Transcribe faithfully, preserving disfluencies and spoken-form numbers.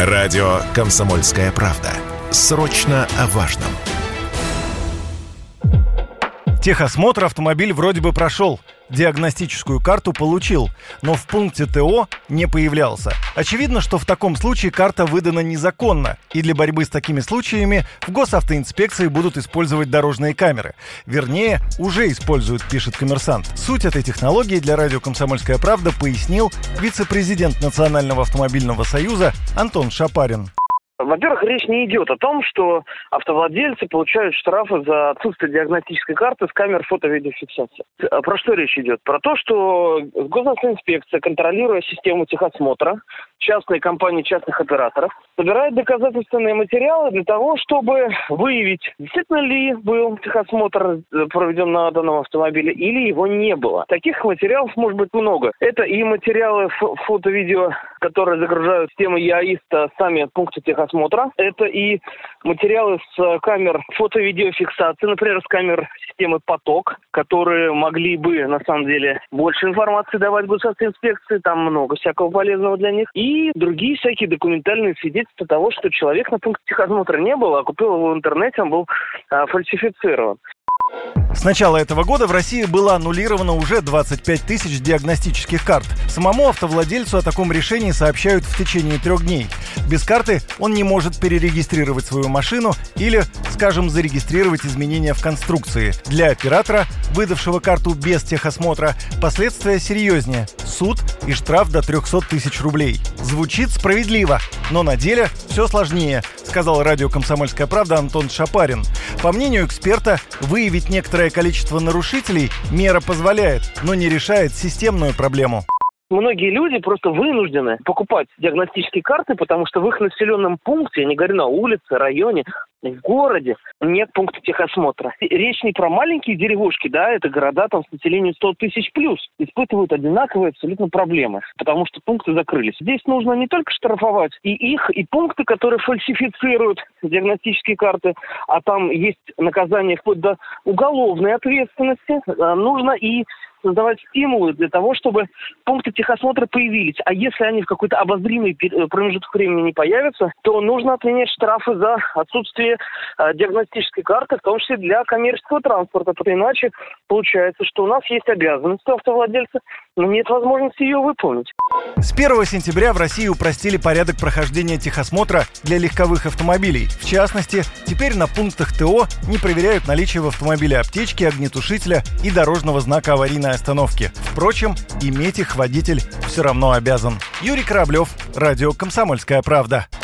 Радио «Комсомольская правда». Срочно о важном. Техосмотр автомобиль вроде бы прошел, диагностическую карту получил, но в пункте ТО не появлялся. Очевидно, что в таком случае карта выдана незаконно, и для борьбы с такими случаями в госавтоинспекции будут использовать дорожные камеры. Вернее, уже используют, пишет «Коммерсант». Суть этой технологии для радио «Комсомольская правда» пояснил вице-президент Национального автомобильного союза Антон Шапарин. Во-первых, речь не идет о том, что автовладельцы получают штрафы за отсутствие диагностической карты с камер фото-видеофиксации. Про что речь идет? Про то, что госавтоинспекция, контролируя систему техосмотра, частные компании, частных операторов, собирает доказательственные материалы для того, чтобы выявить, действительно ли был техосмотр проведен на данном автомобиле или его не было. Таких материалов может быть много. Это и материалы фото-видео, которые загружают систему ЕАИСТа сами пункты техосмотра. Это и материалы с камер фото-видеофиксации, например, с камер системы «Поток», которые могли бы, на самом деле, больше информации давать госавтоинспекции, там много всякого полезного для них. И другие всякие документальные свидетельства того, что человек на пункте техосмотра не был, а купил его в интернете, он был а, фальсифицирован. С начала этого года в России было аннулировано уже двадцать пять тысяч диагностических карт. Самому автовладельцу о таком решении сообщают в течение трех дней. Без карты он не может перерегистрировать свою машину или, скажем, зарегистрировать изменения в конструкции. Для оператора, выдавшего карту без техосмотра, последствия серьезнее – суд и штраф до триста тысяч рублей. Звучит справедливо, но на деле все сложнее, сказал радио «Комсомольская правда» Антон Шапарин. По мнению эксперта, выявить некоторое количество нарушителей мера позволяет, но не решает системную проблему. Многие люди просто вынуждены покупать диагностические карты, потому что в их населенном пункте, я не говорю на улице, районе, в городе нет пункта техосмотра. Речь не про маленькие деревушки, да, это города там с населением сто тысяч плюс, испытывают одинаковые абсолютно проблемы, потому что пункты закрылись. Здесь нужно не только штрафовать и их, и пункты, которые фальсифицируют диагностические карты, а там есть наказание вплоть до уголовной ответственности, нужно и создавать стимулы для того, чтобы пункты техосмотра появились. А если они в какой-то обозримый промежуток времени не появятся, то нужно отменять штрафы за отсутствие э, диагностической карты, в том числе для коммерческого транспорта. Потому иначе получается, что у нас есть обязанность у автовладельца, но нет возможности ее выполнить. С первого сентября в России упростили порядок прохождения техосмотра для легковых автомобилей. В частности, теперь на пунктах ТО не проверяют наличие в автомобиле аптечки, огнетушителя и дорожного знака аварийной остановки. Впрочем, иметь их водитель все равно обязан. Юрий Кораблев, радио «Комсомольская правда».